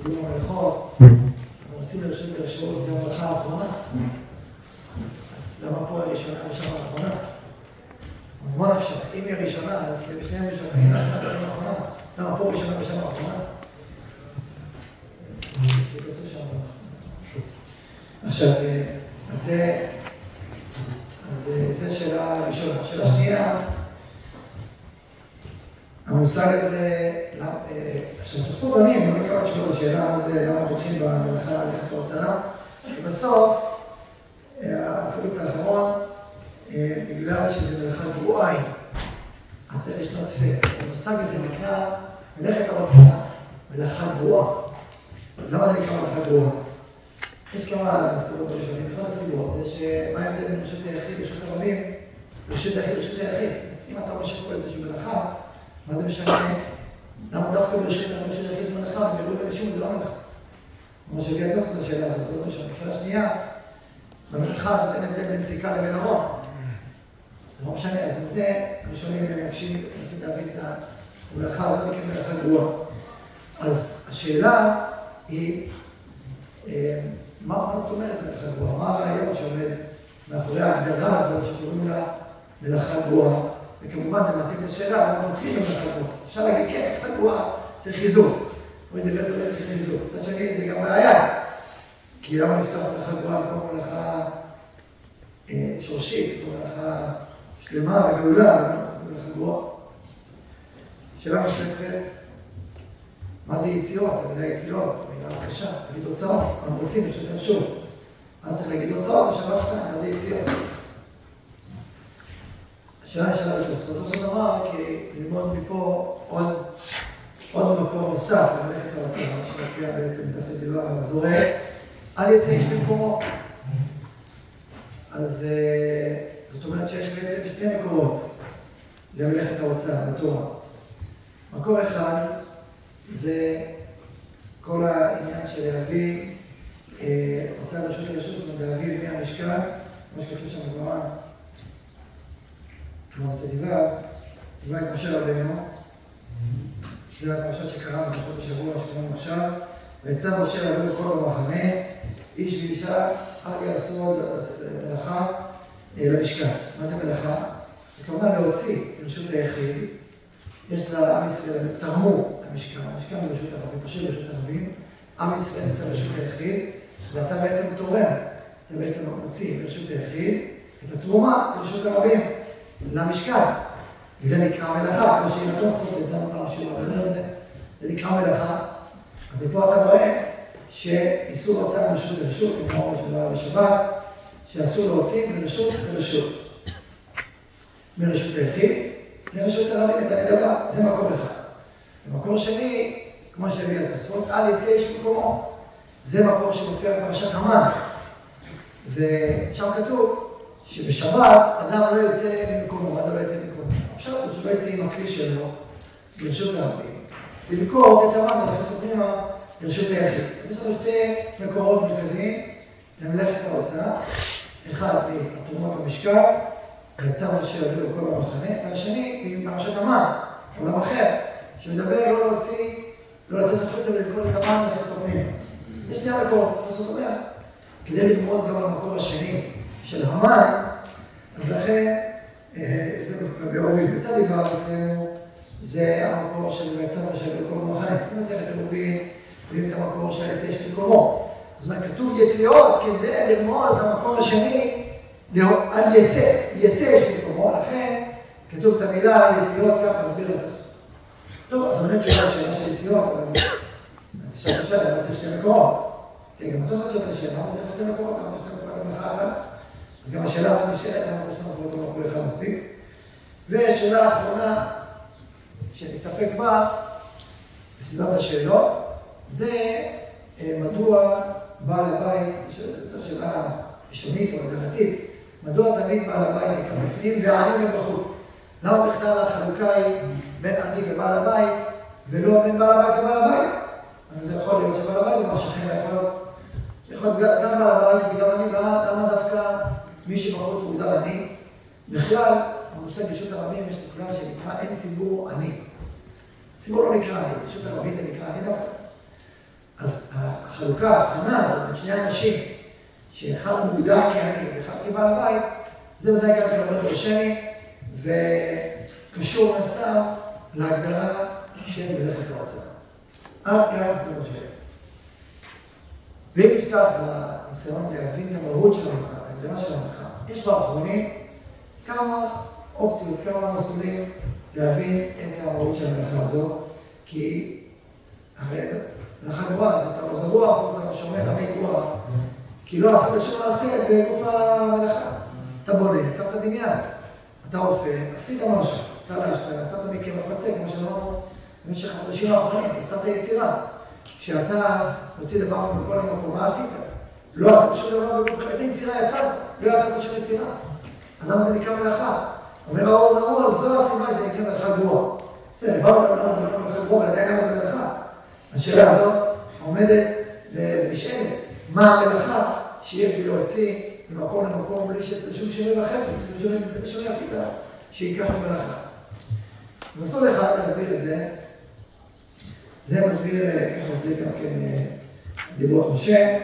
סיום המלאכות, אז רוצים לרשות לרשות, זה המלאכה האחרונה. אז למה פה הראשונה ושם האחרונה? מה נפשך? אם היא הראשונה, אז בשניהם ראשונה, היא בשניהם האחרונה. למה פה ראשונה ושם האחרונה? תקצו שם בחוץ. עכשיו, אז זה שאלה ראשונה. שאלה שנייה, המושג הזה, עכשיו תוספות עונים, אני מכיר תשובות לשאלה מה זה, למה פותחים במלאכה הלכת ההוצאה, ובסוף, התירוץ האחרון, בגלל שזה מלאכה גרועה, אז זה לשנות פק. המושג הזה נקרא מלאכת ההוצאה, מלאכה גרועה. למה זה נקרא מלאכה גרועה? יש כמה סיבות ראשונים. אחת הסיבות זה שמה ההבדל בין רשות היחיד לרשות הרבים, רשות היחיד לרשות היחיד. אם אתה אומר שיש פה איזושהי מלאכה, מה זה משנה? למה דווקא ברשות היחיד זה מלאכה, ובעירוב ורישום זה לא מלאכה? כמו שהביא התוספות לשאלה הזאת, עוד ראשון. שאלה שנייה, במלאכה הזאת אין הבדל בין סיכה לבין ארון. זה לא משנה, אז מזה הראשונים הם מנסים להבין את המלאכה הזאת כמלאכה גרועה. אז השאלה היא, מה זאת אומרת מלאכה גרועה? מה הרעיון שעומד מאחורי ההגדרה הזאת שקוראים לה מלאכה גרועה? וכמובן זה מעסיק את השאלה, למה פותחים במלאכה גרועה? אפשר להגיד, כן, מלאכה גרועה צריך חיזוק. זאת אומרת, זה בעצם לא צריך חיזוק. מצד שני, זה גם בעיה. כי למה לפתוח מלאכה גרועה במקום מלאכה שורשית, במקום מלאכה שלמה ומעולה, זה מלאכה גרועה. שאלה נוספת, מה זה יציאות? המילה יציאות, המילה קשה, תגיד הוצאות, אנחנו רוצים לשנות רשות. אז צריך להגיד הוצאות, השאלה שתיים, מה זה יציאות? השאלה היא שאלה בתוספות. תוספות אמר, כי ללמוד מפה עוד מקום נוסף, למלאכת ההוצאה, שמופיע בעצם, דווקא זה לא זורק, אל יצא איש במקומו. אז זאת אומרת שיש בעצם שני מקורות למלאכת ההוצאה בתורה. מקור אחד זה כל העניין של להביא הוצאה רשות לרשות, זאת אומרת להביא מהמשכן, כמו שכתוב שם בגמרא, כמו בצדיבה, הבא את משה רבנו, זה הפרשות שקראנו בפרשות השבוע שקראנו עכשיו, ויצא משה רבנו כל במחנה, איש ואישה, אל יעשו מלאכה למשכן. מה זה מלאכה? כלומר להוציא רשות היחיד, יש לעם ישראל, תרמו למשכן, המשכן ברשות הרבים, פשוט ברשות הרבים, עם ישראל נמצא ברשות היחיד, ואתה בעצם תורם, אתה בעצם מוציא ברשות היחיד את התרומה ברשות הרבים, למשכן. וזה נקרא מלאכה, כמו שאם אתה עושה את זה, פעם שהוא אומר את זה, זה נקרא מלאכה. אז פה אתה רואה שאיסור הוצאה מרשות לרשות, כמו שדבר בשבת, שאסור להוציא מרשות לרשות. מרשות היחיד לרשות הרבים את הנדבה, זה מקור אחד. ומקור שני, כמו שהביא התוספות, אל יצא איש במקומו. זה מקור שמופיע בפרשת המן. ושם כתוב שבשבת אדם לא יוצא ממקומו. מה זה לא יוצא ממקומו? עכשיו הוא שלא יצא עם הכלי שלו לרשות הרבים. ולקרות את המן, להכניס לו פנימה לרשות היחיד. אז יש לנו שתי מקורות מרכזיים למלאכת ההוצאה. אחד מהתרומות למשכן, ויצא משה רבנו כל במחנה, והשני מפרשת המן, עולם אחר, שמדבר לא להוציא, לא לצאת החוצה ולקרוא את המן ולהכניס לו פנימה. יש שני המקורות, זאת אומרת, כדי לרמוז גם על המקור השני של המן, אז לכן, זה בעוביל, בצד עבר אצלנו, זה המקור של ויצא משה רבנו כל במחנה. במסכת ערובין, רואים את המקור של יצא איש במקומו. זאת אומרת, כתוב יציאות כדי לרמוז למקור השני, על יצא איש במקומו, לכן כתוב את המילה יציאות, כך מסביר את זה. טוב, אז באמת שאלה של יציאות, אבל אז שאלה שאלה, למה צריך שתי מקורות? כי גם התוספות של השאלה, למה צריך שתי מקורות? למה צריך שתי מקורות למלאכה אחת? אז גם השאלה הזאת נשאלת, למה צריך שתי מקורות למקור אחד מספיק? ושאלה האחרונה, שנסתפק בה, בסדרת השאלות, זה מדוע בעל הבית, זו שאלה ראשונית או הגדרתית, מדוע תמיד בעל הבית נקרא בפנים והעני מבחוץ? למה בכלל החלוקה היא בין עני ובעל הבית, ולא בין בעל הבית לבעל הבית? אז זה יכול להיות שבעל הבית הוא שכן, יכול להיות גם בעל הבית וגם עני, למה דווקא מי שבחוץ מוגדר עני? בכלל, המושג רשות הרבים יש כלל שנקרא, אין ציבור עני. ציבור לא נקרא עני, רשות הרבים זה נקרא עני דווקא. אז החלוקה, ההבחנה הזאת, בין שני אנשים, שאחד מוגדר כעני ואחד כבעל הבית, זה ודאי גם כן אומר דרשני, וקשור נסתם להגדרה של מלאכת ההוצאה. עד כאן סדר השאלות. ואם נפתח בניסיון להבין את המהות של המלאכה, את ההגדרה של המלאכה, יש באחרונים כמה אופציות, כמה מסלולים להבין את המהות של המלאכה הזו, כי הרי מלאכה גרועה, זה גרוע, פורסם שאומר, למה היא גרועה? כי לא עשית שום מעשה בגוף המלאכה. אתה בונה, יצרת בניין, אתה אופה, אפית משהו, תלשת, יצרת מקמח בצק, כמו שאמרנו במשך החודשים האחרונים, יצרת יצירה. כשאתה מוציא דבר מכל המקום, מה עשית? לא עשית שום דבר בגוף, איזה יצירה יצרת? לא יצרת שום יצירה. אז למה זה נקרא מלאכה? אומר האור זרוע, זו הסיבה, זה נקרא מלאכה גרועה. בסדר, הבנו למה זה נקרא מלאכה גרועה, אבל עדיין למה זה מלאכה? השאלה הזאת עומדת ונשאלת. מה המלאכה שיש לי להוציא ממקום למקום בלי שום שינוי בחפץ, איזה שינוי עשית שיקח ממלאכה. ומסור לך להסביר את זה, זה מסביר, ככה מסביר גם כן דיברות משה,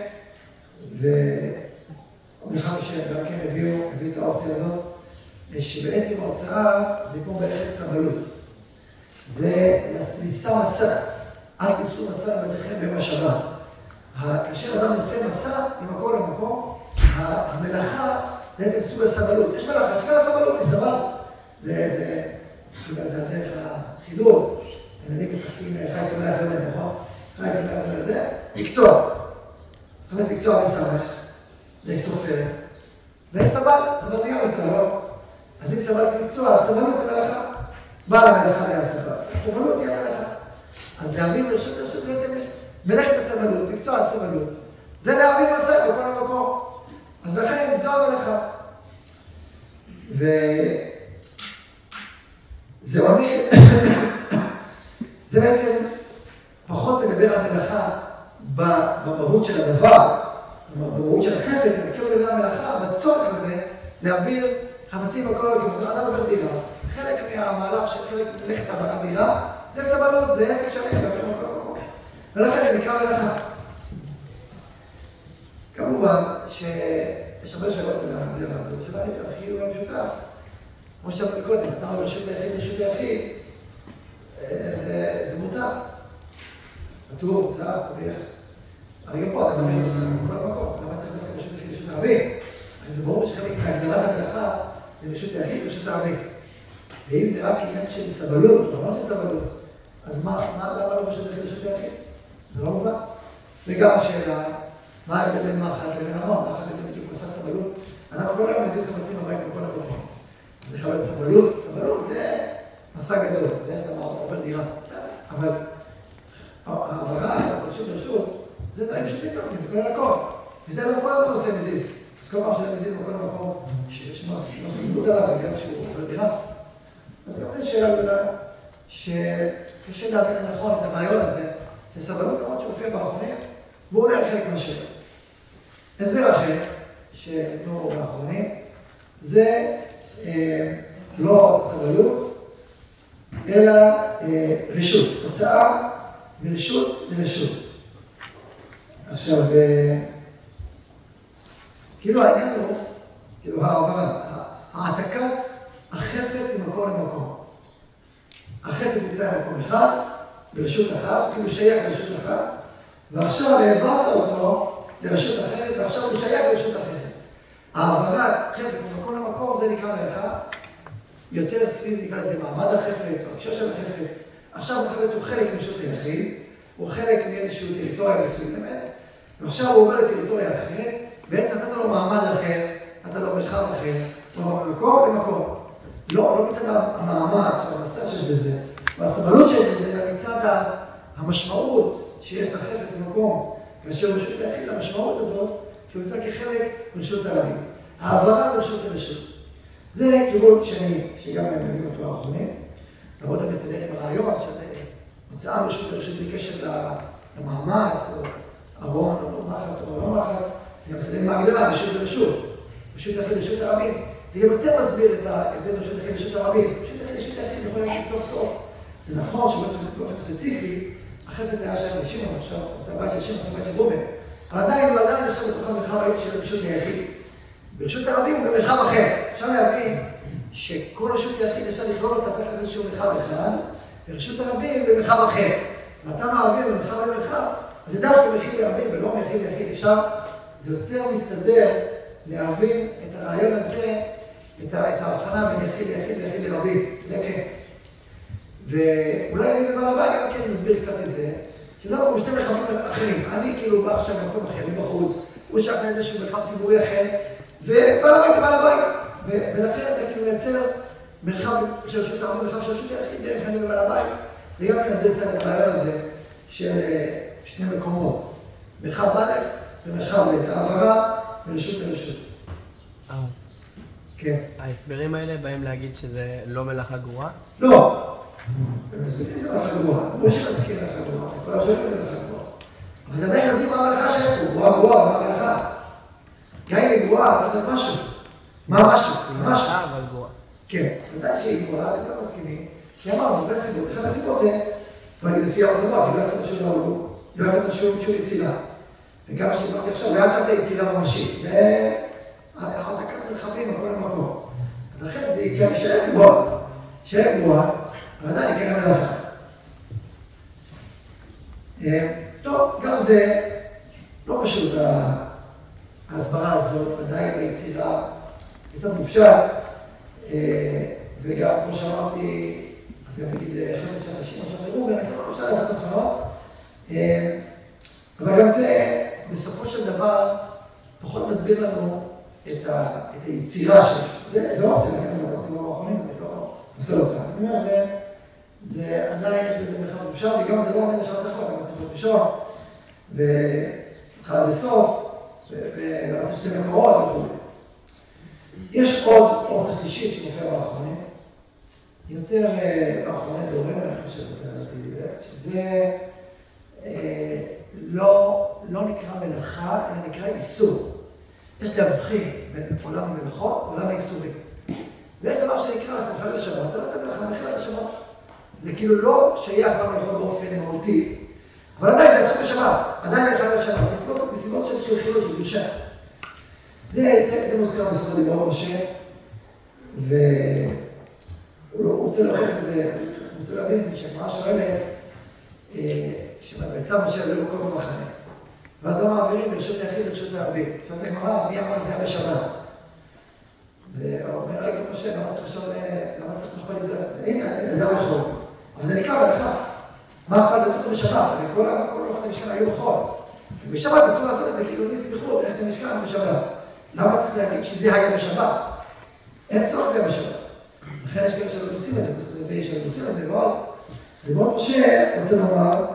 ולכן שגם כן הביא את האופציה הזאת, שבעצם ההוצאה זה כמו מלאכת סבלות. זה לישא מסע, אל תישאו מסע לבתיכם ביום השבת. כאשר אדם יוצא מסע ממקום למקום, המלאכה זה איזה סוג הסבלות. יש מלאכה, שכל הסבלות היא סבל. זה הדרך החידוד. ילדים משחקים חי סומך דומה, נכון? חי סומך דומה, זה מקצוע. זאת אומרת, מקצוע בסמך, זה סופר. וסבל, סבל זה גם מקצוע, לא? אז אם סבל זה מקצוע, הסבלות זה מלאכה. בעל המלאכה זה הסבל. הסבלות היא המלאכה. אז להעביר ברשות בעצם מלאכת הסבלות, מקצוע הסבלות. זה להעביר מסע בכל המקום. אז לכן זו המלאכה. זה עונה, זה בעצם פחות מדבר על מלאכה במהות של הדבר, במהות של החפץ, זה כאילו מדבר על מלאכה, בצורך הזה להעביר חפצים בכל הכיוון. אדם עובר דירה, חלק מהמהלך של חלק מלאכת העברת דירה, זה סבלות, זה עסק שלם, להעביר בכל המקום. ולכן זה נקרא מלאכה. כמובן שיש הרבה שאלות על הגדרה הזאת, שאלה הכי אולי פשוטה. כמו שאמרתי קודם, אז למה ברשות היחיד, זה מותר. פטור, מותר, קוביח. הרי גם פה אתה מעביר מסע בכל המקום. למה צריך דווקא ברשות היחיד, ברשות הרבים? הרי זה ברור שחלק מהגדרת המלאכה זה ברשות היחיד, ברשות הרבים. ואם זה רק עניין של סבלות, או לא של סבלות, אז למה לא ברשות היחיד, ברשות היחיד? זה לא מובן. וגם השאלה, מה ההבדל בין מאחת לבין ארון? מאחת איזה בדיוק עושה סבלות. אנחנו כל היום מזיז חפצים הבית בכל המקום. זה יכול להיות סבלות. סבלות זה מסע גדול, זה שאתה עובר דירה. בסדר, אבל העברה, ברשות, זה דברים פשוטים גם, כי זה כולל הכל. וזה לא כל הזמן עושה מזיז. אז כל פעם שאתה מזיז בכל מקום, שיש סבלות עליו, גם שהוא עובר דירה. אז גם זו שאלה גדולה, שקשה להבין נכון את הרעיון הזה, שסבלות למרות שמופיע באחרונים, והוא עולה על חלק מהשאלה. הסבר אחר, שנתנו באחרונים, זה לא סבלות, אלא רשות, הוצאה מרשות לרשות. עכשיו, כאילו העניין הוא, כאילו העברה, העתקת החפץ ממקום למקום. החפץ יוצא למקום אחד, ברשות אחת, כאילו שייך לרשות אחת, ועכשיו העברת אותו לרשות אחרת, ועכשיו הוא שייך לרשות אחרת. העברת חפץ ממקום למקום, זה נקרא מלאכה, יותר סביב נקרא לזה מעמד החפץ, או הקשר של החפץ. עכשיו החפץ הוא חלק מרשות היחיד, הוא חלק מאיזשהו טריטוריה מסוימת, ועכשיו הוא עובר לטריטוריה אחרת, בעצם נתת לו מעמד אחר, נתת לו מרחב אחר, כלומר ממקום למקום. לא מצד המאמץ או המסע שיש בזה, והסבלות שיש בזה, אלא מצד המשמעות שיש לחפץ במקום, כאשר רשות היחיד, המשמעות הזאת, שהוא נמצא כחלק מרשות הרבים. העברה מרשות לרשות. זה כיוון שני, שגם הם מביאים אותו האחרונים. אז רבות המסתדר עם הרעיון, שהוצאה מרשות לרשות בלי קשר למאמץ, או ארון, או מחט, או לא מחט, זה גם מסתדר עם ההגדרה, רשות לרשות. רשות היחיד לרשות הרבים. זה גם יותר מסביר את ההבדל ברשות היחיד לרשות הרבים. רשות היחיד לרשות היחיד יכול להגיד סוף סוף. זה נכון שבאופן ספציפי, החפץ היה שייך לשמעון, עכשיו זה הבית של שמעון, זה הבית של ראובן. אבל עדיין עכשיו בתוך המרחב הייתי של רשות היחיד. ברשות הרבים הוא במרחב אחר. אפשר להבין שכל רשות היחיד אפשר לכלול אותה תחת איזשהו מרחב אחד, ברשות הרבים במרחב אחר. ואתה מעביר במרחב למרחב, אז זה דווקא מיחיד לרבים ולא מיחיד ליחיד. אפשר, זה יותר מסתדר להבין את הרעיון הזה, את ההבחנה בין יחיד ליחיד ויחיד לרבים. זה כן. ואולי אני ובעל הבית גם כן מסביר קצת את זה, שלא פה בשתי מרחבים אחרים. אני כאילו בא עכשיו במקום אחר, מבחוץ, הוא שייך לאיזשהו מרחב ציבורי אחר, ובעל הבית ובעל הבית. ולכן אתה כאילו מייצר מרחב של רשות הרבים, מרחב של רשות היחיד, דרך אני ובעל הבית, וגם כן נסביר קצת את הרעיון הזה של שני מקומות, מרחב א' ומרחב ב', העברה מרשות לרשות. כן. ההסברים האלה באים להגיד שזה לא מלאכה גרועה? לא. מסבירים זה מלאכה גרועה. לא שמסבירים מלאכה גרועה. כל השאלים זה מלאכה גרועה. אבל זה עדיין מסביר מה המלאכה שיש פה. גרועה, מה המלאכה? גם אם היא גרועה, צריך להיות משהו. מה משהו? היא מלאכה אבל גרועה. כן. ודאי שהיא גרועה, זה כבר מסכימים. כי אמרנו, הרבה סיבות. אחד הסיבות זה, לפי האוזנוע, כי לא יצאת שום דבר, לא יצאת שום יצירה. וגם מה שאמרתי עכשיו, לא יצאת יצירה ממשית. זה העתקת מרחבים על כל המקום. אז לכן זה יישאר גרועה. יישאר גרועה, אבל עדיין יקרה מלאכה. טוב, גם זה לא פשוט ההסברה הזאת, ודאי ביצירה, קצת מופשט, וגם כמו שאמרתי, אז גם תגיד חפץ של אנשים עכשיו ראובן, אז לא אפשר לעשות הבחנות, אבל גם זה בסופו של דבר פחות מסביר לנו את היצירה שיש. זה לא אופציה, זה אופציה לא האחרונים, זה לא עושה אותה. אני אומר, זה עדיין יש בזה מרחב מופשט, וגם זה לא עדיין לשעות אחרות, גם בסיפור ראשון, והתחלה וסוף, ולא צריך שתי מקורות וכו'. יש עוד אופציה שלישית שמופיעה באחרונים, יותר באחרוני דורים, אני חושב יותר לדעתי זה, שזה לא נקרא מלאכה, אלא נקרא איסור. יש להבחין בין עולם המלאכות ועולם האיסורים. ויש דבר שנקרא לחלל לשבת, אתה לא סתם מלאכה, מחלל לשבת. זה כאילו לא שייך במלאכות באופן מהותי, אבל עדיין זה אסור בשבת, עדיין לחלל לשבת, מסיבות של חילול של קדושה. זה מוזכר בסוף הדיבור משה, והוא רוצה להוכיח את זה, הוא רוצה להבין את זה, שהגמרא שואלת, שבעצה משה עבר כל במחנה. ואז לא מעבירים ברשות היחיד לרשות הרבים. שואלת הגמרא, מי אמר זה היה בשבת? והוא אומר, רגע משה, למה צריך מכפל ישראל? הנה, זה הרחוב. אבל זה נקרא מלאכה. מה אכפת לעשות בשבת? כל מלאכות המשכן היו בחול. בשבת אסור לעשות את זה, כאילו אני סמיכו, ללכת למשכן בשבת. למה צריך להגיד שזה היה בשבת? אין צורך זה היה בשבת. לכן יש כאלה שלא עושים את זה, ויש שלא עושים את זה, ועוד. ובוא משה רוצה לומר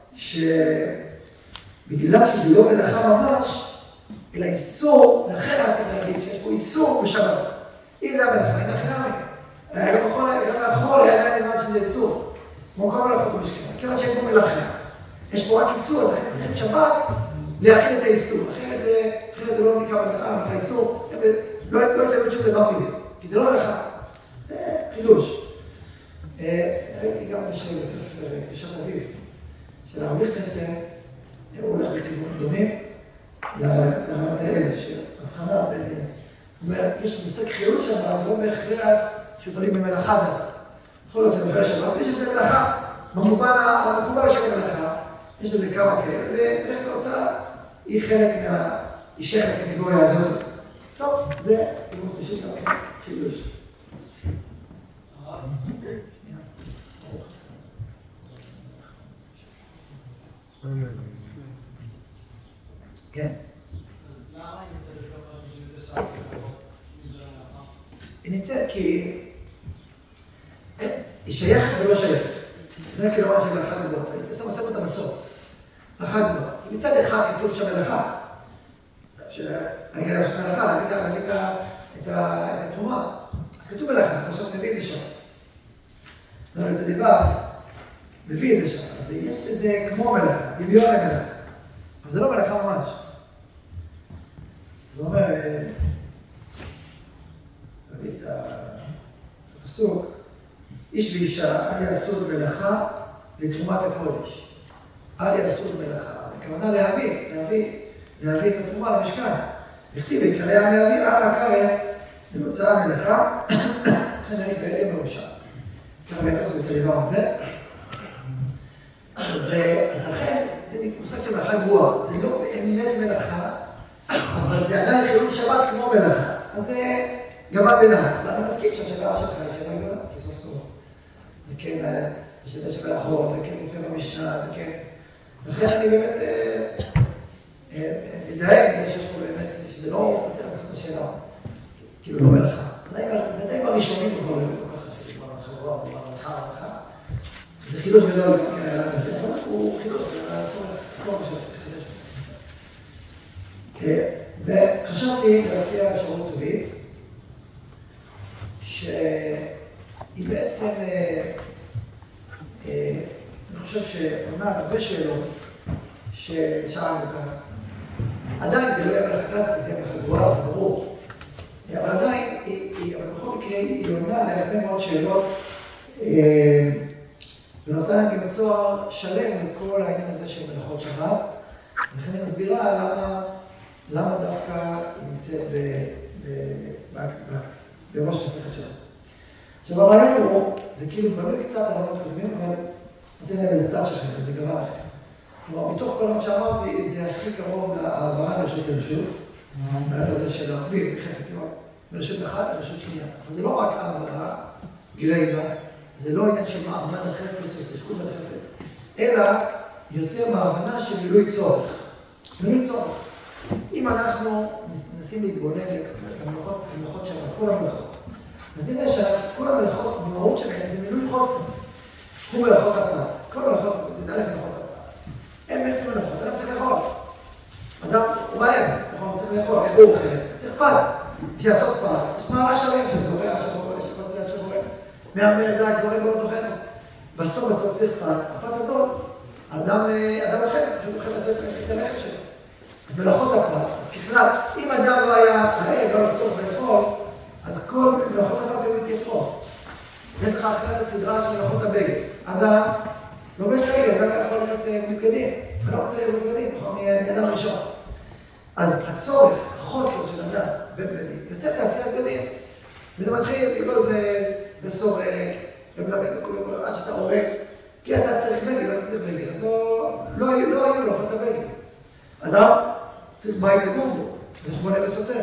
שבגלל שזה לא מלאכה ממש, אלא איסור, לכן היה צריך להגיד שיש פה איסור בשבת. אם זה המלאכה, אין הכי נמי. גם לאחור היה להם למד שזה איסור. כמו כל מלאכות המשכן. כיוון שאין פה מלאכה. יש פה רק איסור, לכן צריך את שבת להכין את האיסור. אחרת זה לא נקרא מלאכה, נקרא איסור. לא יתלמד שום דבר מזה, כי זה לא מלאכה. זה חידוש. ראיתי גם בספר קדושת אביב, של הרב ליכטנשטיין, הוא הולך בכיוונים דומים לרעיונות האלה, שהבחנה בין, הוא אומר, יש מושג חילול שבת, זה לא בהכרח שהוא תולים במלאכה דווקא. יכול להיות שזה מלאכה שבת, בלי שזה מלאכה, במובן המקובל של מלאכה, יש לזה כמה כאלה, ומלאכת ההוצאה היא חלק היא שייכת לקטגוריה הזאת. טוב, זה דימוס ראשית גם כן, חידוש. כן. למה היא נמצאת בתוך ה-39? היא נמצאת כי היא שייכת ולא שייכת. זה כאילו מה שמלאכה גדולה. היא שמת אותה בסוף. מלאכה גדולה. כי מצד אחד כתוב שם מלאכה. אני גם יש מלאכה, להביא את התרומה. אז כתוב מלאכה, אתה עכשיו מביא את זה שם. זאת אומרת, זה דבר, מביא את זה שם. אז יש בזה כמו מלאכה, דמיון למלאכה. אבל זה לא מלאכה ממש. זה אומר, נביא את הפסוק, איש ואישה אל יעשו מלאכה לתרומת הקודש. אל יעשו במלאכה. הכוונה להביא את התרומה למשכן. הכתיב ויקרא העם להביא על הכרם להוצאה המלאכה, לכן האיש בעדים מרושע. ככה ביתוס בצד דבר עובד. אז לכן, זה מושג של מלאכה גרועה. זה לא באמת מלאכה, אבל זה עדיין חילול שבת כמו מלאכה. אז זה גמר ביניים. ואני מסכים שהשאלה שלך היא שאלה גדולה, כי סוף סוף. זה כן, זה שאלה של מלאכות, וכן מופיע במשנה, וכן. לכן אני באמת מזדהה עם זה שיש פה באמת, שזה לא יותר לעשות את השאלה, כאילו לא מלאכה. ודאי בראשונים בכל ככה, שזה כבר החברה, או מלאכה. זה חידוש גדול גם כן על כזה, אבל הוא חידוש, צורך של חידוש. וחשבתי להציע אפשרות רביעית, שהיא בעצם, אני חושב שעונה הרבה שאלות ששאלנו כאן. עדיין זה לא יהיה מלאכה קלאסית, זה יהיה מלאכה גרועה, זה ברור. אבל עדיין, אבל בכל מקרה היא עונה להרבה מאוד שאלות, ונותנת לי מצואר שלם לכל העניין הזה של מלאכות שבת. לכן אני מסבירה למה דווקא היא נמצאת בראש מסכת שבת. עכשיו הרעיון הוא, זה כאילו בנוי קצת על רעיונות קודמים, אבל נותן להם איזה טאץ' אחר, איזה גרם אחר. כלומר, מתוך כל מה שאמרתי, זה הכי קרוב להעברה מרשות לרשות, מהעניין הזה של הערבים, בחפץ מאוד, מרשות אחת לרשות שנייה. אבל זה לא רק העברה גריידה, זה לא עניין של מעמד החפץ או התיישבות על החפץ, אלא יותר מההבנה של מילוי צורך. מילוי צורך. אם אנחנו מנסים להתבונן למלאכות שבת, כל המלאכות, אז נראה שכל המלאכות, במהות שלהם, זה מילוי חוסן. קחו מלאכות הפת, כל המלאכות, א' מלאכות הפת. אין בעצם מלאכות, אדם צריך לאכול. אדם הוא רעב, הוא צריך לאכול, איך הוא אוכל? הוא צריך פת. בשביל לעשות פת, יש מהלך שלם שזורע, שפוצע, שגורם. מהמר די, זורק בו תוכנו. בסוף צריך פת. הפת הזאת, אדם אחר, שהוא אוכל לעשות את הלחם שלו. אז מלאכות הפת, אז ככלל, אם אדם לא היה רעב, לא לצורך לאכול, אז כל מלאכות הפת היו מתייתרות. יש לך אחרי הסדרה של מלאכות הבגד. אדם לובש בגד, אדם יכול להיות מתבגדים. אתה לא רוצה להיות מתבגדים, נכון? מאדם הראשון. אז הצורך, החוסר של אדם בבגדים, יוצא תעשיית בגדים. וזה מתחיל, כאילו זה סורק, ומלמד עד שאתה הורג, כי אתה צריך בגד, לא צריך בגד, אז לא היו לו את הבגד. אדם צריך בית לגור בו, יש בו נפש סותר.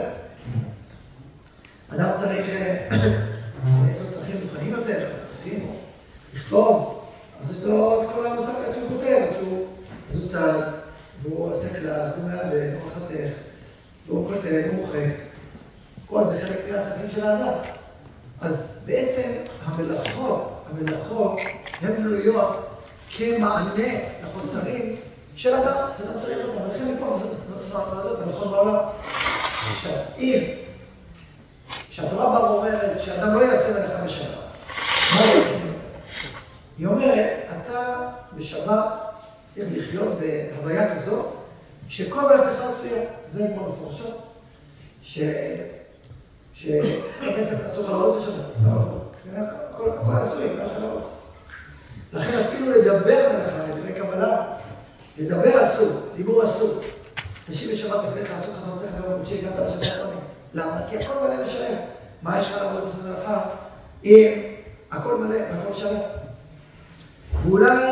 אדם צריך, יש לו צרכים מוכנים יותר, צריכים לכתוב, אז יש לו את כל המושג שהוא כותב, אז הוא צד, והוא עושה קלף, והוא מעבד, הוא מחתך, והוא כותב, הוא מוחק. כל זה חלק מהצרכים של האדם. אז בעצם המלאכות הן בנויות כמענה לחוסרים של אדם, שאדם צריך אותם, ולכן מפה מלאכות בעולם. עכשיו, אם שהתורה באה ואומרת שאדם לא יעשה מלאכה בשבת, מה בעצם? היא אומרת, אתה בשבת צריך לחיות בהוויה כזו, שכל מלאכתך עשויה, זה נגמר מפורשות, שבעצם אסור לעלות לשבת, הכל עשוי, מה שאתה לא רוצה. לכן אפילו לדבר מלאכה, לדברי קבלה, לדבר אסור, דיבור אסור. תשיב בשבת לכך, אסור לך לצלח גם בקודשי הגעת לשבת פעמים. למה? כי הכל מלא ושלם. מה יש לך לעבוד לעשות מלאכה? אם הכל מלא והכל שלם. ואולי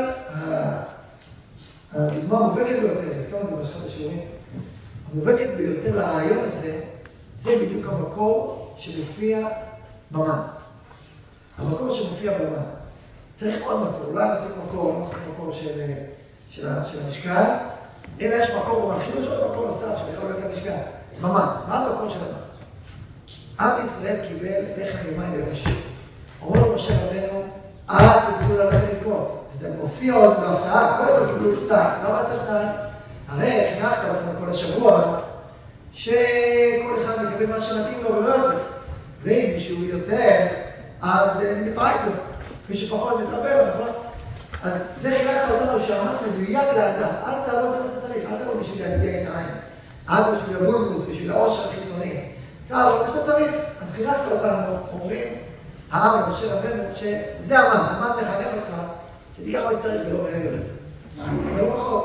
הדוגמה המובהקת ביותר, הזכרנו את זה באחד השיעורים, המובהקת ביותר לרעיון הזה, זה בדיוק המקור שמופיע במן. המקור שמופיע במן. צריך עוד מקור, אולי נעשה מקור, לא נעשה מקור של המשקל, אלא יש מקור במנחים, יש עוד מקור נוסף שבכלל לא את המשקל. במן, מה המקור של המן? עם ישראל קיבל לחם יומיים ביום השישי. אומר לו משה רבנו, אל תצאו ללכת לקרות. וזה מופיע עוד בהפתעה, כל אחד קיבלו 2. למה צריך 2? הרי חינכת אותנו כל השבוע, שכל אחד מקבל מה שמתאים לו ולא יותר. ואם מישהו יותר, אז נתפרע איתו. מי שפחות מתרבה, נכון? אז זה חינכת אותנו שאמרת מדויק לאדם. אל תעלות על מה זה צריך, אל תעלות בשביל להסביע את העין. אל תעלות בשביל הבולבוס, בשביל העושר החיצוני. תעלות מה שאתה אז חינכת אותנו, אומרים, העם למשה רבנו, שזה המן מחנך אותך, שתיקח מה שצריך ולא מעבר לזה. ולא פחות.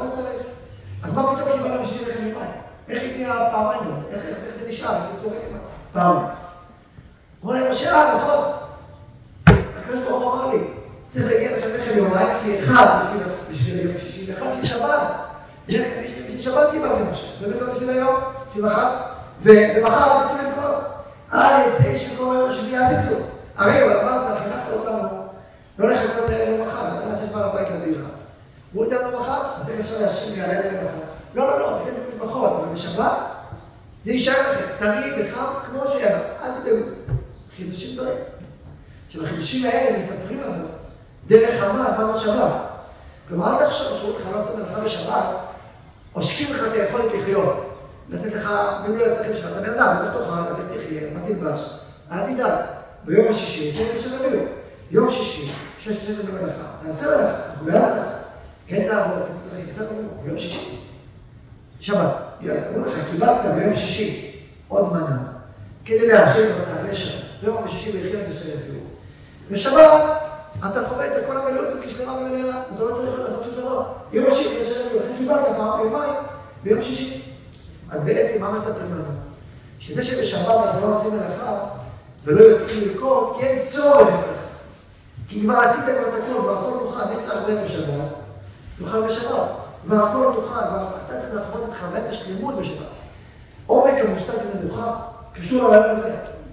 צריך להגיע לכם לחם יומיים, כי אחד בשביל יום שישי, ואחד בשביל שבת. לחם בשביל שבת קיבלתם עכשיו. זה באמת לא בשביל היום, בשביל מחר. ומחר אל תצאו למכור. יצא איש מקום היום השביעי, אל תצאו. הרי אבל אמרת, חינכת אותנו, לא לחכות למחר, אלא שיש בעל הבית לבירה. הוא איתנו מחר, אז איך אפשר להשאיר מהלילה למחר? לא, זה פחות, אבל בשבת זה יישאר לכם, תמיד וחם כמו שהיה, אל תדאגו. חידושים גדולים. שבחידושים האלה מספרים לנו דרך המן, מה זאת שבת. כלומר, אל תחשוב שהוא לך לעשות מלאכה בשבת, עושקים לך את היכולת לחיות, לתת לך מילוי הצרכים שלך. אתה בן אדם, אז תאכל, אז תחיה, אז מה תלבש? אל תדאג. ביום השישי, שנביאו. יום שישי, שש למלאכה, תעשה מלאכה, אנחנו בעד מלאכה. כן תעבוד, כן תצטרך, בסדר, ביום שישי. שבת. אז אמרו לך, קיבלת ביום שישי עוד מנה, כדי להכין אותה לשבת. ביום השישי והכין את השם אפילו. בשבת, אתה חווה את כל המלאות הזאת כשלמה ומלאה, אתה לא צריך לעשות שום דבר. יום השישי, לכן קיבלת פעם, יומיים, ביום שישי. אז בעצם, מה מספרים לנו? שזה שבשבת אנחנו לא עושים מלאכה, ולא יוצאים ללקוד, כי אין צורך במלאכה. כי כבר עשית כבר את הכל, כבר הכל מוכן, יש את הרבה בשבת, תוכל בשבת. כבר הכל מוכן, כבר אתה צריך לחוות את חוויית השלימות בשבת. עומק המושג מנוחה קשור לרעיון הזה.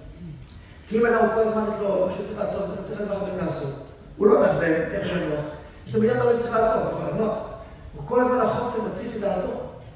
כי אם אדם כל הזמן יש לו משהו צריך לעשות, זה צריך לדבר דברים לעשות. הוא לא נח באמת, איך הוא נוח. יש לו מיליון דברים שצריך לעשות, הוא יכול לנוח. הוא כל הזמן החוסר מטריף לדעתו.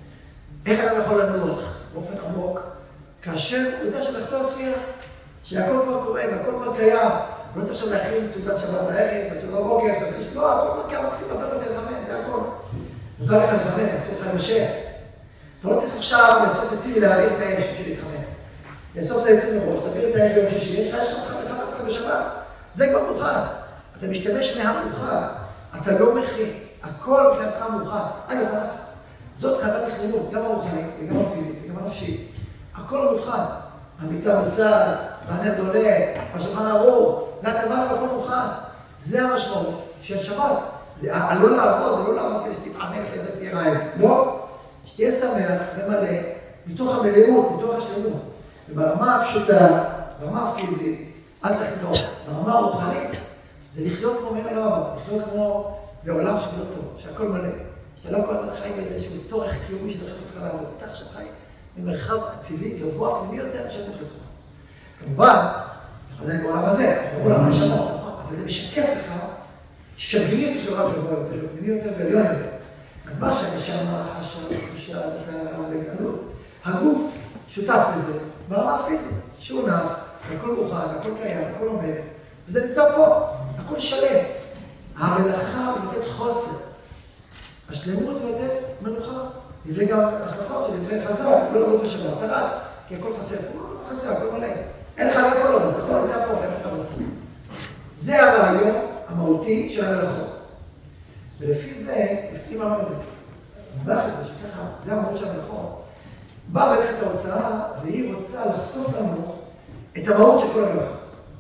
איך אדם יכול לנוח באופן עמוק, כאשר הוא יודע שמלאכתו עשויה, שהכל כבר קורה והכל כבר קיים. הוא לא צריך עכשיו להכין סעודת שבת בערב, סעודת שבת בבוקר, לא, הכל כבר קיים, מקסים, אבל אתה תלחמם, זה הכל. מותר לך לחמם, אסור לך לבשל. אתה לא צריך עכשיו לאסוף עצים ולהעביר את האש בשביל להתחמם. תאסוף את העצים מראש, תעביר את האש ביום שישי, יש לך לחמם אותך בשבת. זה כבר מוכן. אתה משתמש מהמוכן, אתה לא מכין, הכל מבחינתך מוכן. אז אתה לך. זאת חוות השלימות, גם הרוחנית וגם הפיזית וגם הנפשית. הכל מוכן. המיטה מוצד, והנר דולק, השולחן ערוך, והטבע הכל מוכן. זה המשמעות של שבת. זה לא לעבוד, זה לא לעבוד כדי שתתענק כדי שתהיה רעב. לא, שתהיה שמח ומלא, מתוך המלאות, מתוך השלמות. וברמה הפשוטה, ברמה הפיזית, אל תחתור. ברמה הרוחנית, זה לחיות כמו מהם לא אמר, לחיות כמו בעולם שלא טוב, שהכל מלא. שאתה לא כל הזמן חי באיזשהו צורך קיומי שדחף אותך לעבוד. אתה עכשיו חי במרחב אצילי, גבוה, פנימי יותר, שאתה חסר. אז כמובן, אנחנו יודעים בעולם הזה, בעולם הנשמות, אבל זה משקף לך שגריר של עולם גבוה יותר, פנימי יותר ועליון יותר. אז מה שהנשמה חשה, חושה, בהתעלות, הגוף שותף לזה ברמה הפיזית, שהוא נח, הכל מוכן, הכל קיים, הכל עומד, וזה נמצא פה, הכל שלם. המלאכה מבטאת חוסר, השלמות מבטאת מנוחה, וזה גם השלכות של דברי חז"ל, לא לרוץ בשבת, אתה רץ, כי הכל חסר, לא חסר, הכל מלא. אין לך לאיפה לרוץ, הכל נמצא פה, לאיפה אתה רוצה. זה הרעיון המהותי של המלאכות. ולפי זה, לפי מה זה, המלאך הזה, שככה, זה המהות של המלאכות, באה מלאכת ההוצאה, והיא רוצה לחשוף לנו את המהות של כל המלאכות.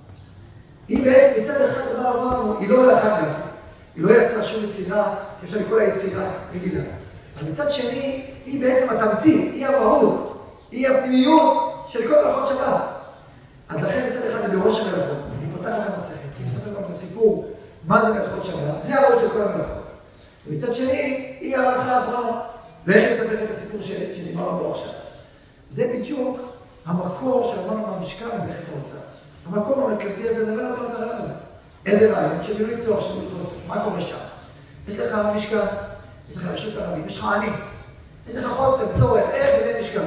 היא בעצם, מצד אחד, אמרנו, היא לא מלאכה קלאסית. היא לא יצרה שום יצירה, אפשר לקרוא לה יצירה רגילה. אבל מצד שני, היא בעצם התמצית, היא המהות, היא הפנימיות של כל מלאכות שבת. אז לכן מצד אחד היא בראש המלאכות, היא פותחת את המסכת, היא מספרת לנו את הסיפור, מה זה מלאכות שבת, זה המהות של כל המלאכות. ומצד שני, היא המלאכה האחרונה, ואיך היא מספרת את הסיפור שדיברנו בו עכשיו. זה בדיוק המקור שאמרנו מהמשכן במלאכת ההוצאה. המקור המרכזי הזה נראה לנו את הרעיון הזה. איזה רעיון? שמילוי צורך, שמילוי חוסר. מה קורה שם? יש לך משכן, יש לך רשות הרבים, יש לך עני. יש לך חוסר, צורך, איך בני משכן?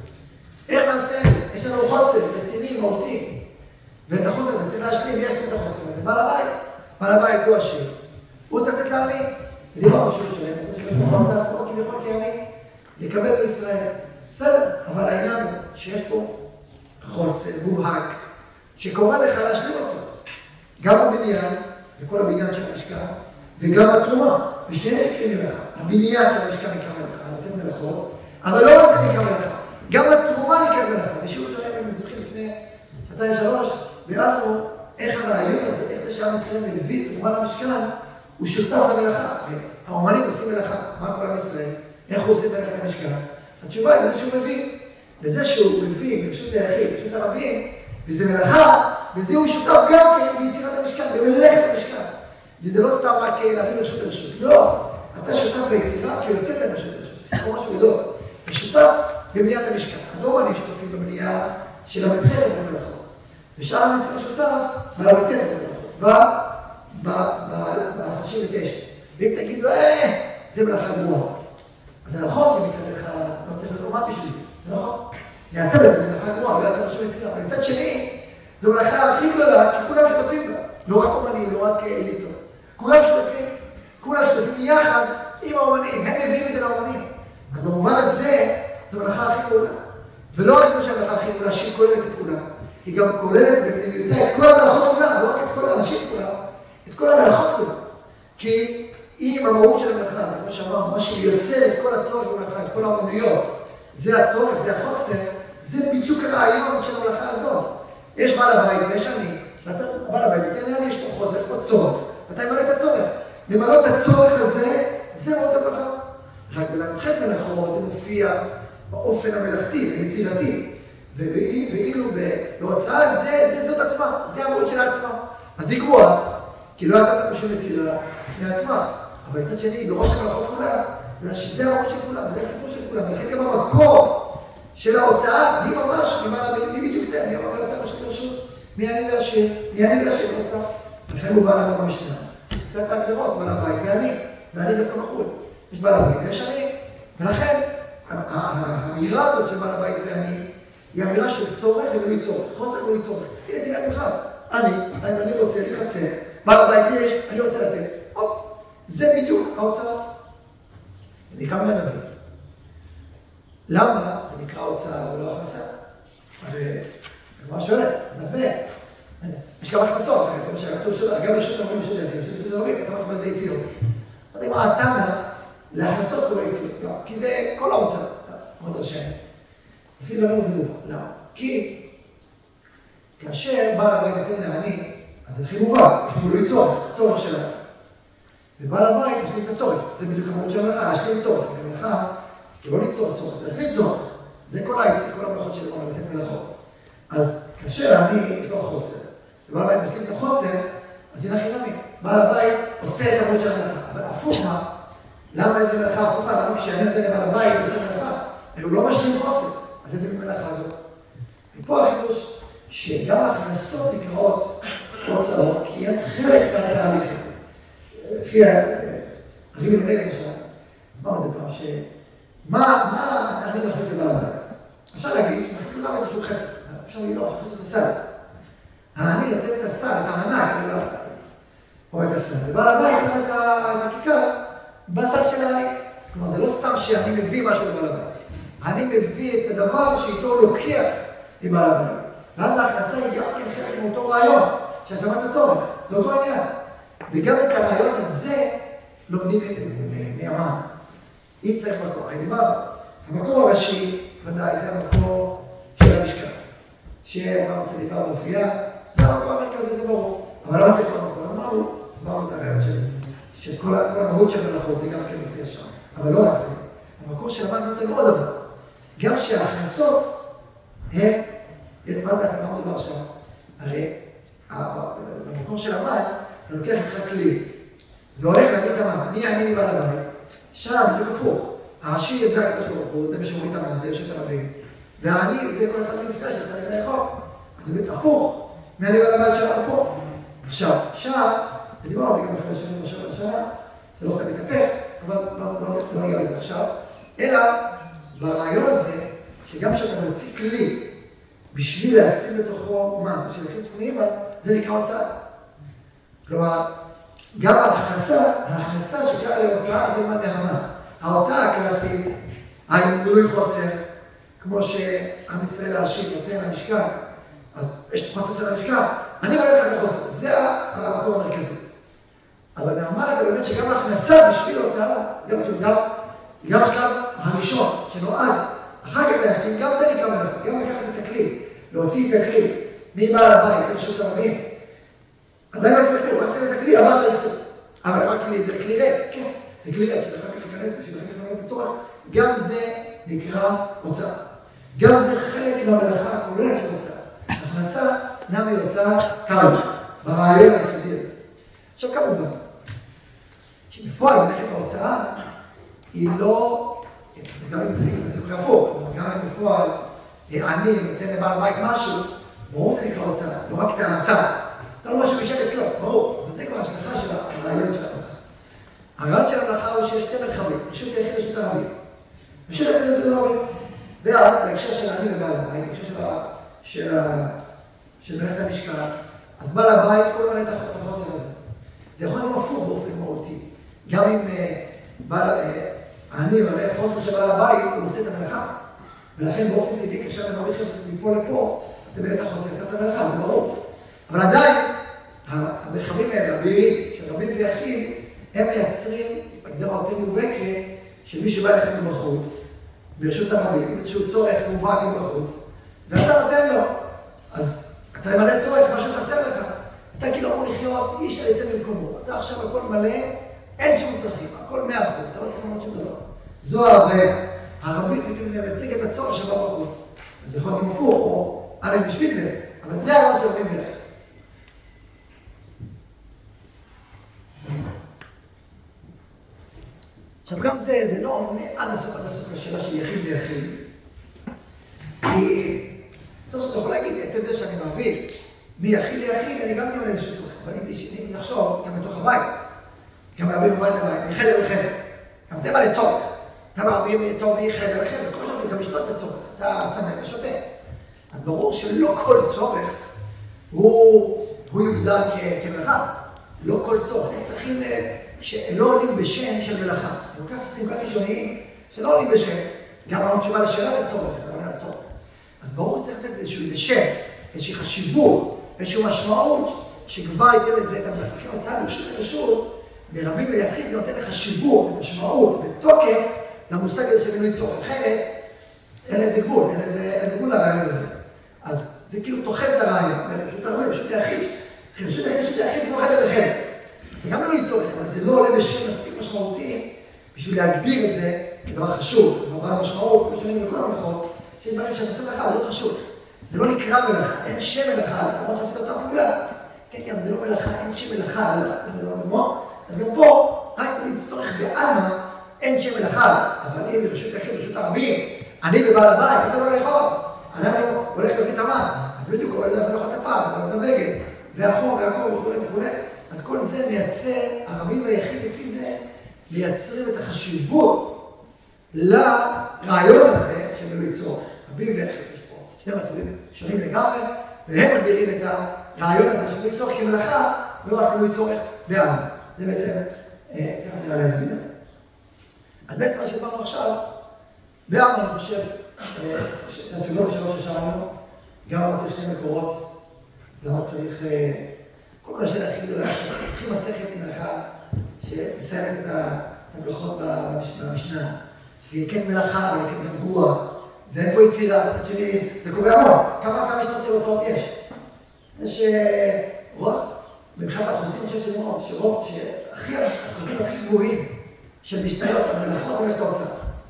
איך נעשה את זה? יש לנו חוסר, רציני, מהותי. ואת החוסר הזה צריך להשלים, יש לנו את החוסר הזה. בעל הבית. בעל הבית הוא עשיר. הוא צריך לתת לעני. ודיברנו שהוא שלם, את זה שיש לו חוסר עצמו, כביכול כעני, יקבל בישראל. בסדר, אבל העניין הוא שיש פה חוסר מובהק, שקורא לך להשלים אותו. גם בבניין, בכל הבניין של המשכן, וגם בתרומה, ושניהם יקרים לך. הבניין של המשכן יקרא לך, לתת מלאכות, אבל לא רק זה נקרא מלאכה. גם בתרומה נקרא מלאכה. בשיעור שלהם הם זוכים לפני 2-3, ביארנו איך הרעיון הזה, איך זה שעם ישראל מביא תרומה למשכן, הוא שותף למלאכה. האומנים עושים מלאכה, מה כל עם ישראל? איך הוא עושה מלאכת המשכן? התשובה היא בזה שהוא מביא. בזה שהוא מביא ברשות היחיד, ברשות הרבים, וזה מלאכה, וזה הוא שותף גם כן ביצירת המשכן, במלאכת המשכן. וזה לא סתם רק להביא מרשות לרשות. לא, אתה שותף ביצירה כי יוצאת מרשות לרשות. זה כמו משהו גדול. ושותף בבניית המשכן. אז לא אומנים שותפים בבנייה של המתחת במלאכות. ושאר המסר שותף בל"ט במלאכות. ב-39. ואם תגידו, זה מלאכה גרועה. אז זה נכון שמצד אחד לא צריך להיות אומן בשביל זה. זה נכון? מהצד הזה זה מלאכה גרועה, לא יצא שום יצירה. אבל מצד שני, זו מלאכה הכי גדולה, כי כולם שותפים בה. לא רק אומנים, לא רק אליטות. כולם שותפים יחד עם האומנים. הם מביאים את זה לאומנים. אז במובן הזה, זו מלאכה הכי גדולה. ולא רק זו שהמלאכה הכי גדולה, שהיא כוללת את כולם. היא גם כוללת בפנימיותה את כל המלאכות כולם, לא רק את כל האנשים כולם, את כל המלאכות כולם. כי אם המהות של המלאכה, זה כמו שאמרנו, מה שיוצר את כל הצורך במלאכה, את כל האמנויות, זה הצורך, זה החוסר, זה בדיוק הרעיון של המלאכה הזאת. יש בעל הבית ויש אני, בעל הבית, ניתן לי, יש פה חוזר, פה צורך. ואתה ממלא את הצורך. למלא את הצורך הזה, זה מאוד המלאכה. רק בל"ח מלאכות זה מופיע באופן המלאכתי, היצירתי. ואילו בהוצאה זאת עצמה, זה המהות של העצמה. אז היא גרועה, כי לא יצאת פשוט יצירה לפני עצמה. אבל מצד שני, בראש המלאכות כולם, בגלל שזה המהות של כולם, וזה הסיפור של כולם. ולכן גם המקור של ההוצאה, היא ממש, מי בדיוק זה? אני אומר את זה משהו לרשות, מי אני והשם, לא סתם. לכן מובן לנו במשנה. קצת ההגדרות, בעל הבית ואני דווקא בחוץ. יש בעל הבית ויש אני. ולכן, האמירה הזאת של בעל הבית ואני, היא אמירה של צורך ומילוי צורך, חוסר ומילוי צורך. הנה תראה ממך, אני רוצה, אני חסר, בעל הבית יש, אני רוצה לתת. זה בדיוק ההוצאה. ומכאן מהנביא. למה זה נקרא הוצאה ולא הכנסה? הרי, מה שואלת? זה הרבה. יש גם הכנסות, כמו שהרצון שלו, גם רשות המורים של דרך, רשות המורים, אתה אומר, זה יציאות. אז אם התנא להכנסות כל היציאות, כי זה כל ההוצאה, אומרת השם. לפי דברים זה מובן. למה? כי כאשר בעל הבית נותן לעני, אז זה הכי מובן, יש פה מילוי צורך שלנו. ובעל הבית משלים את הצורך, זה בדיוק המהות של המלאכה, להשלים צורך. המלאכה, לא ליצור צורך, זה להשלים צורך. זה כל העצים, כל המלאכות של למעלה, לתת מלאכות. אז כאשר אני, יש לו חוסר, ובעל הבית משלים את החוסר, אז הנה חינמי. בעל הבית עושה את המהות של המלאכה. אבל הפוך מה? למה יש מלאכה הפוכה? למה כשאני נותן לבעל הבית, הוא עושה מלאכה? הוא לא משלים חוסר. אז איזה מלאכה הזאת? ופה החידוש, שגם ההכנסות נקראות הוצאות, כי הן חלק מהתהליך הזה. לפי הרבי מלמד למשל, אז אמרנו את זה פעם, מה אני מכניס לבעל הבית? אפשר להגיד שמכניס לו גם איזשהו חפץ, אפשר להגיד לו, שמכניס לו את הסל. אני נותן את הסל, את הענק לבעל הבית, או את הסל, ובעל הבית שם את הכיכר בסל של העני. כלומר, זה לא סתם שאני מביא משהו לבעל הבית. אני מביא את הדבר שאיתו לוקח לבעל הבית. ואז ההכנסה היא גם כן חלק מאותו רעיון, שהשמת הצורך, זה אותו עניין. וגם את הרעיון הזה לומדים מהמן. אם צריך מקור, הייתי אומר, המקור הראשי, ודאי, זה המקור של המשכן. שמה אצל דבר מופיע, זה המקור המרכזי, זה ברור. אבל למה צריך מקור? אז אמרנו את הרעיון של כל המהות של מלאכות, זה גם כן מופיע שם. אבל לא רק זה. המקור של המן נותן עוד דבר. גם שההכנסות הם, מה זה מה מדובר שם? הרי במקור של המן, אתה לוקח לך כלי, והולך להביא את המן. מי אני מבעל הבית? שם, בדיוק הפוך. העשיר זה הקדוש ברוך הוא, זה משמורי את המן, זה יש את הרבים. והעני זה כל אחד מישראל שצריך לאכול. אז זה הפוך, מי אני בעל הבית שלנו פה. עכשיו, שם, ודיברנו על זה גם אחרי השנים בשבוע השנה, זה לא סתם מתהפך, אבל לא ניגע בזה עכשיו, אלא ברעיון הזה, שגם כשאתה מוציא כלי בשביל להשים בתוכו מן, בשביל להכניס פנימה, זה נקרא הוצאה. כלומר, גם ההכנסה שקרה להוצאה זה מן מהמן. ההוצאה הקלאסית, המילוי חוסר, כמו שעם ישראל העשיר נותן למשכן, אז יש את החוסר של המשכן, אני מלא לך את החוסר, זה המקור המרכזי. אבל מהמן אתה באמת שגם ההכנסה בשביל הוצאה, גם השלב הראשון שנועד, אחר כך להשלים, גם זה נקרא מלאכה, גם לקחת את הכלי, להוציא את הכלי מבעל הבית, לרשות הרבים. עדיין לא עשית כלום, רק עשית את הכלי, עברת לעשות. אבל רק כלי, זה כלי ריק, כן, זה כלי ריק, שאחר כך ייכנס בשביל אחר כך למלא את הצורך. גם זה נקרא הוצאה. גם זה חלק מהמלאכה הכוללת של הוצאה. הכנסה נע מהוצאה קל, ברעיון היסודי הזה. עכשיו כמובן, שבפועל מלאכת ההוצאה היא לא, גם אם זה קורה הפוך, גם אם בפועל אני נותן לבעל הבית משהו, ברור זה נקרא הוצאה, לא רק את הסל. אתה לא משהו משל אצלו, ברור, אבל זה כבר השלכה של הרעיון של המלאכה. הרעיון של המלאכה הוא שיש שתי מרחבים, רשות היחיד ורשות הרבים. רשות היחיד ורשות הרבים. ואז, בהקשר של אני ובעל הבית, בהקשר של מלאכת המשכן, אז בעל הבית הוא ממלא את החוסר הזה. זה יכול להיות הפוך באופן מהותי. גם אם אני ממלא חוסר של בעל הבית, הוא עושה את המלאכה. ולכן באופן טבעי, כאשר אני מעריך את זה מפה לפה, אתה מלא את החוסר, קצת את המלאכה, זה ברור. אבל עדיין, המרחבים האלה, הבהירים, של רבים ויחיד, הם מייצרים הגדרה יותר מובהקת של מי שבא אליך מבחוץ, ברשות הרבים, איזשהו צורך מובהק מבחוץ, ואתה נותן לו. אז אתה ממלא צורך, משהו חסר לך. אתה כאילו אמור לחיות, איש יצא במקומו. אתה עכשיו הכל מלא, אין שום צרכים, הכל 100%, אתה לא צריך לומר שום דבר. זו ההווה. הרבים זה כאילו להציג את הצורך שבא בחוץ. זה יכול להיות עם הפוך, או א' בשביל זה, אבל זה הרעיון של רבים ויחיד. עכשיו גם זה לא עונה עד הסוף לשאלה של יחיד ויחיד. כי סוף סוף אתה יכול להגיד, עצם זה שאני מעביר מיחיד ליחיד, אני גם ממלא איזשהו צורך. אבל אם נחשוב גם בתוך הבית, גם להעביר מבית לבית, מחדר לחדר. גם זה בא לצורך. אתה מעביר צורך מחדר לחדר, כל מה שזה גם לשתות זה צורך. אתה צמא ושותה. אז ברור שלא כל צורך הוא יוגדר כמלאכה. לא כל צורך. הם צריכים שלא עולים בשם של מלאכה. הם כל כך סימגה ראשוניים שלא עולים בשם. גם לא תשובה לשאלה זה צורך, זה עונה על צורך. אז ברור שצריך לתת איזה שם, איזושהי חשיבות, איזושהי משמעות, שכבר ייתן לזה את המלאכה. לכן הוצאה לרשות, מרבים ליחיד זה נותן לחשיבות, משמעות ותוקף למושג הזה של מילוי צורך. אחרת, אין לזה גבול, אין לזה גבול לרעיון הזה. אז זה כאילו תוחם את הרעיון, רשות הרבים, רשות היחיד. רשות היחיד זה כמו חדר לחדר. זה גם מילוי צורך, אבל זה לא עולה בשם מספיק משמעותי בשביל להגביר את זה כדבר חשוב, דבר משמעות, כמו שומעים בכל המלאכות, שיש דברים שאני עושה מלאכה, זה לא חשוב. זה לא נקרא מלאכה, אין שם מלאכה, למרות שעשית אותה פעולה. כן, כן, זה לא מלאכה, אין שם מלאכה, אז גם פה, רק מילוי צורך בעלמא, אין שם מלאכה, אבל אם זה רשות היחיד, רשות הרבים, אני ובעל הבית, אתה לא לאכול, אנחנו הולך להביא את המים, אז בדיוק הוא הולך לאכול את הפעם, ולא את הבגד, והחום והקור וכו'. אז כל זה מייצר, הרבים והיחיד לפי זה, מייצרים את החשיבות לרעיון הזה של מילוי צורך. רבים ויחיד, יש פה שני מרחבים שונים לגמרי, והם מגדירים את הרעיון הזה של מילוי צורך כמלאכה, ולא רק מילוי צורך בעלמא. זה בעצם, ככה נראה להסביר. אז בעצם מה שהסברנו עכשיו, בעלמא אני חושב, את התשובות השלוש ששאלנו, גם למה צריך שני מקורות, למה צריך, כל השאלה הכי גדולה, התחיל מסכת עם מלאכה שמסיימת את המלאכות במשנה, והיא כן מלאכה, אבל היא כן גם גרוע, ואין פה יצירה, בצד שני, זה קורה המון. כמה משנות של הוצאות יש? יש רוב, מבחינת האחוזים, אני חושב שרוב, האחוזים הכי גבוהים של משניות על מלאכות, הם איך אתה הוצאה.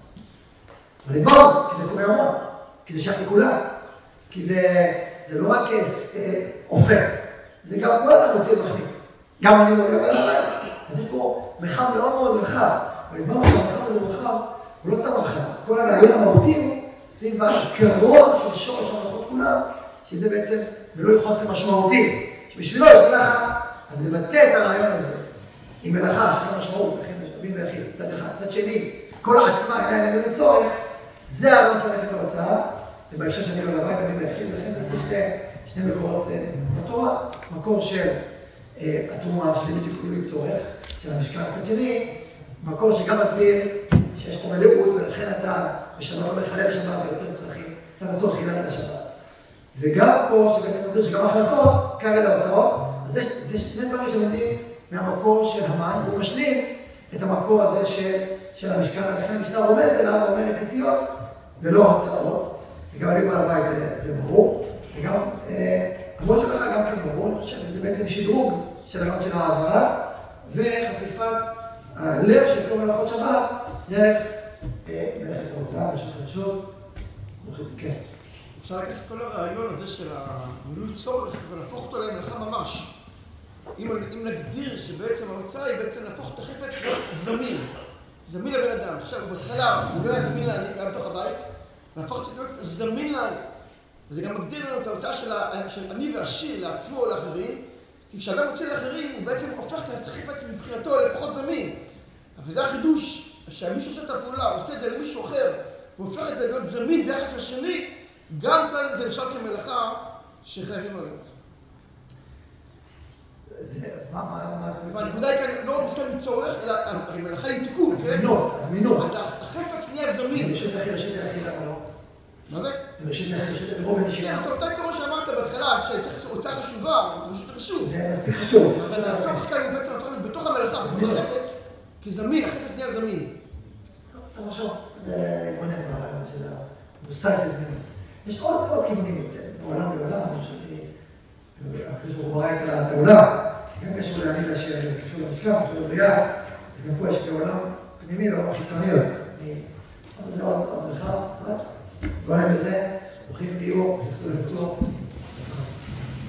אבל נדבר, כי זה קורה המון, כי זה שייך לכולם, כי זה לא רק אופק, זה גם כל אדם רוצה להכניס. גם אני לא יודע עליי. אז יש פה מרחב מאוד מאוד רחב. אבל הסברנו שהמרחב הזה רחב, הוא לא סתם רחב. אז כל הרעיון המהותי הוא סביב העיקרון של שורש המלאכות כולם, שזה בעצם מילוי חוסר משמעותי. שבשבילו יש מלאכה, אז לבטא את הרעיון הזה עם מלאכה, שיש לה משמעות, לכן יש רבים ויחיד, צד אחד. צד שני, כל עצמה אינה מילוי צורך, זה הרעיון של מלאכת ההוצאה, ובהקשר שאני לא לבית, רבים ויחיד, ולכן זה צריך שני מקורות בתורה, מקור של התרומה של בדיוק מילוי צורך, של המשכן הצד שני, מקור שגם מסביר שיש פה מלאות, ולכן אתה בשבת לא מחלל שבת ויוצר צרכים, צד הצורך חילת השבת. וגם מקור שבעצם מסביר שגם הכנסות, קרן ההוצאות, אז זה שני דברים שלומדים מהמקור של המן, והוא משלים את המקור הזה של המשכן, ולכן המשנה רומז אליו, אומר את הציון, ולא הוצאות, וגם עליו על הבית זה ברור. וגם, למרות שלך גם כן ברור, אני חושב שזה בעצם שדרוג של הרעיון של העברה, וחשיפת הלב של כל מלאכות שבת, דרך מלאכת ההוצאה ושל חדשות. כן. אפשר לקחת כל הרעיון הזה של המילוי צורך ולהפוך אותו למלאכה ממש. אם נגדיר שבעצם ההוצאה היא בעצם להפוך את החפץ זמין. זמין לבן אדם. עכשיו, בהתחלה הוא לא היה זמין לעני, היה בתוך הבית, והפך את להיות זמין לעני. וזה גם מגדיר לנו את ההוצאה של עני ועשיר לעצמו או לאחרים, כי כשאדם מוצא לאחרים, הוא בעצם הופך את החפץ מבחינתו לפחות זמין. אבל זה החידוש, כשמישהו עושה את הפעולה, הוא עושה את זה למישהו אחר, הוא הופך את זה להיות זמין ביחס לשני, גם כאן זה נחשב כמלאכה שחייבים עליהם. אז מה אתה מציע? והנקודה היא כאן לא מסתם מצורך, אלא הרי מלאכה היא תיקון. הזמינות. אז החפץ נהיה זמין. בראשית אחי, למה לא? מה זה? בראשית ברוב הנשימה. כן, אותה כמו שאמרת בהתחלה, כשצריך הוצאה חשובה, זה חשוב. זה מספיק חשוב. אבל הצורך כאן הוא בעצם הפך להיות בתוך המלאכה, בתוך החפץ, כי זמין, החפץ נהיה זמין. טוב, עכשיו, זה להתבונן ברעיון של המושג של זמינות. יש עוד כיוונים בעצם, בעולם, אני חושב, הקדוש ברוך הוא ברא את העולם, זה גם קשור לעני ועשיר, זה קשור למשכן, קשור לבריאה, אז גם פה יש בעולם פנימי ועולם חיצוני יותר. אבל זה עוד מרחב, גולם בזה, ברוכים תהיו, תזכו לבצור.